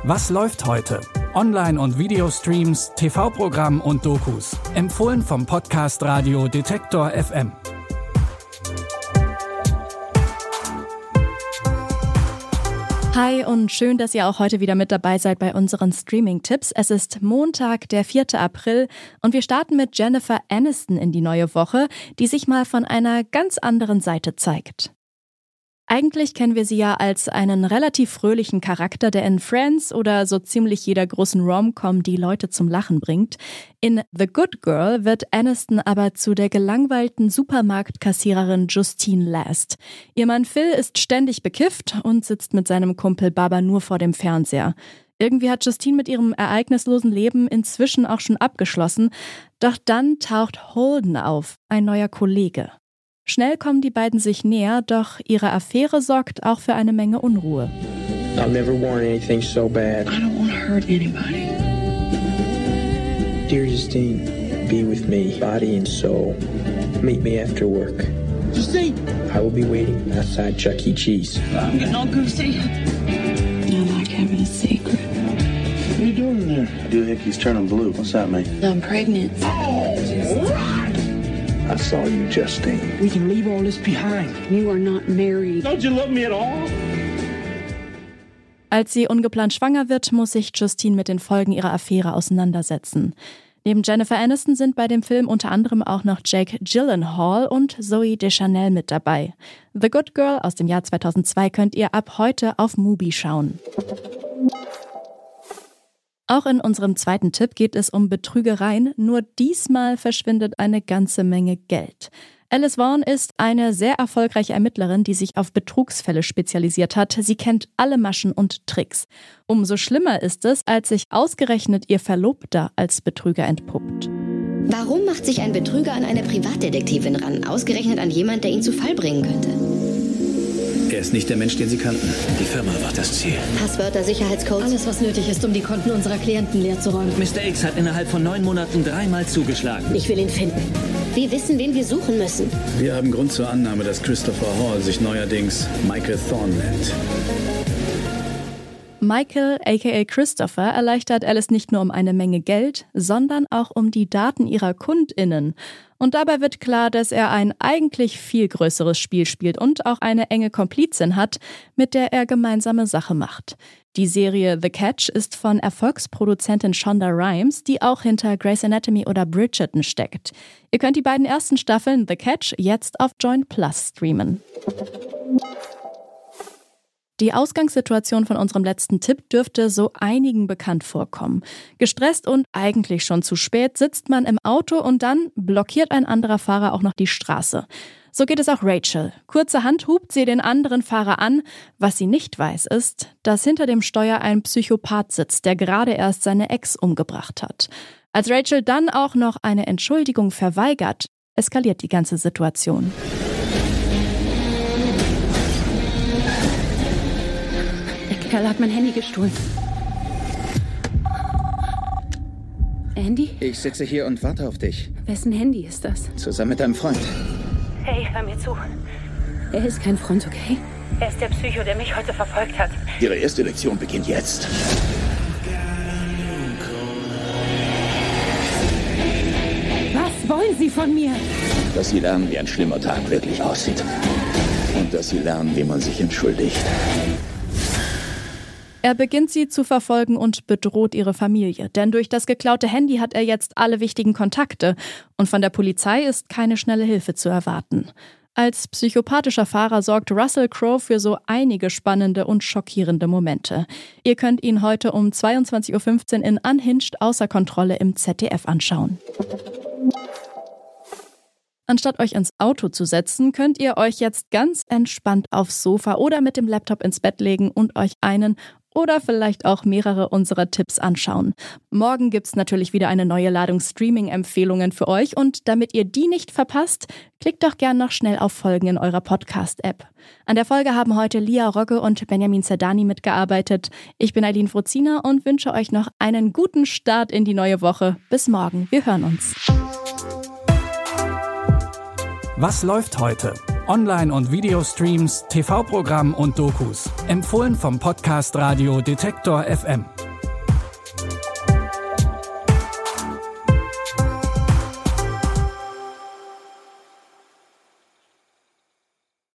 Was läuft heute? Online- und Videostreams, TV-Programm und Dokus. Empfohlen vom Podcast Radio Detektor FM. Hi und schön, dass ihr auch heute wieder mit dabei seid bei unseren Streaming-Tipps. Es ist Montag, der 4. April und wir starten mit Jennifer Aniston in die neue Woche, die sich mal von einer ganz anderen Seite zeigt. Eigentlich kennen wir sie ja als einen relativ fröhlichen Charakter, der in Friends oder so ziemlich jeder großen Rom-Com die Leute zum Lachen bringt. In The Good Girl wird Aniston aber zu der gelangweilten Supermarktkassiererin Justine Last. Ihr Mann Phil ist ständig bekifft und sitzt mit seinem Kumpel Baba nur vor dem Fernseher. Irgendwie hat Justine mit ihrem ereignislosen Leben inzwischen auch schon abgeschlossen. Doch dann taucht Holden auf, ein neuer Kollege. Schnell kommen die beiden sich näher, doch ihre Affäre sorgt auch für eine Menge Unruhe. I've never worn anything so bad. I don't want to hurt anybody. Dear Justine, be with me, body and soul. Meet me after work. Justine! I will be waiting outside Chuck E. Cheese. I'm getting all goosey. I like having a secret. What are you doing there? I do think he's turning blue. What's that mean? I'm pregnant. I saw you, Justine. We can leave all this behind. You are not married. Don't you love me at all? Als sie ungeplant schwanger wird, muss sich Justine mit den Folgen ihrer Affäre auseinandersetzen. Neben Jennifer Aniston sind bei dem Film unter anderem auch noch Jake Gyllenhaal und Zooey Deschanel mit dabei. The Good Girl aus dem Jahr 2002 könnt ihr ab heute auf Mubi schauen. Auch in unserem zweiten Tipp geht es um Betrügereien, nur diesmal verschwindet eine ganze Menge Geld. Alice Vaughn ist eine sehr erfolgreiche Ermittlerin, die sich auf Betrugsfälle spezialisiert hat. Sie kennt alle Maschen und Tricks. Umso schlimmer ist es, als sich ausgerechnet ihr Verlobter als Betrüger entpuppt. Warum macht sich ein Betrüger an eine Privatdetektivin ran, ausgerechnet an jemand, der ihn zu Fall bringen könnte? Er ist nicht der Mensch, den Sie kannten. Die Firma war das Ziel. Passwörter, Sicherheitscodes? Alles, was nötig ist, um die Konten unserer Klienten leer zu räumen. Mr. X hat innerhalb von 9 Monaten 3-mal zugeschlagen. Ich will ihn finden. Wir wissen, wen wir suchen müssen. Wir haben Grund zur Annahme, dass Christopher Hall sich neuerdings Michael Thorne nennt. Michael, aka Christopher, erleichtert Alice nicht nur um eine Menge Geld, sondern auch um die Daten ihrer KundInnen. Und dabei wird klar, dass er ein eigentlich viel größeres Spiel spielt und auch eine enge Komplizin hat, mit der er gemeinsame Sache macht. Die Serie The Catch ist von Erfolgsproduzentin Shonda Rhimes, die auch hinter Grey's Anatomy oder Bridgerton steckt. Ihr könnt die beiden ersten Staffeln The Catch jetzt auf Join Plus streamen. Die Ausgangssituation von unserem letzten Tipp dürfte so einigen bekannt vorkommen. Gestresst und eigentlich schon zu spät sitzt man im Auto und dann blockiert ein anderer Fahrer auch noch die Straße. So geht es auch Rachel. Kurzerhand hupt sie den anderen Fahrer an. Was sie nicht weiß, ist, dass hinter dem Steuer ein Psychopath sitzt, der gerade erst seine Ex umgebracht hat. Als Rachel dann auch noch eine Entschuldigung verweigert, eskaliert die ganze Situation. Der Kerl hat mein Handy gestohlen. Andy? Ich sitze hier und warte auf dich. Wessen Handy ist das? Zusammen mit deinem Freund. Hey, hör mir zu. Er ist kein Freund, okay? Er ist der Psycho, der mich heute verfolgt hat. Ihre erste Lektion beginnt jetzt. Was wollen Sie von mir? Dass Sie lernen, wie ein schlimmer Tag wirklich aussieht. Und dass Sie lernen, wie man sich entschuldigt. Er beginnt sie zu verfolgen und bedroht ihre Familie, denn durch das geklaute Handy hat er jetzt alle wichtigen Kontakte und von der Polizei ist keine schnelle Hilfe zu erwarten. Als psychopathischer Fahrer sorgt Russell Crowe für so einige spannende und schockierende Momente. Ihr könnt ihn heute um 22:15 Uhr in Unhinged außer Kontrolle im ZDF anschauen. Anstatt euch ins Auto zu setzen, könnt ihr euch jetzt ganz entspannt aufs Sofa oder mit dem Laptop ins Bett legen und euch einen oder vielleicht auch mehrere unserer Tipps anschauen. Morgen gibt's natürlich wieder eine neue Ladung Streaming-Empfehlungen für euch und damit ihr die nicht verpasst, klickt doch gern noch schnell auf Folgen in eurer Podcast-App. An der Folge haben heute Lia Rogge und Benjamin Zerdani mitgearbeitet. Ich bin Aline Frozina und wünsche euch noch einen guten Start in die neue Woche. Bis morgen, wir hören uns. Was läuft heute? Online- und Videostreams, TV-Programm und Dokus. Empfohlen vom Podcast Radio Detektor FM.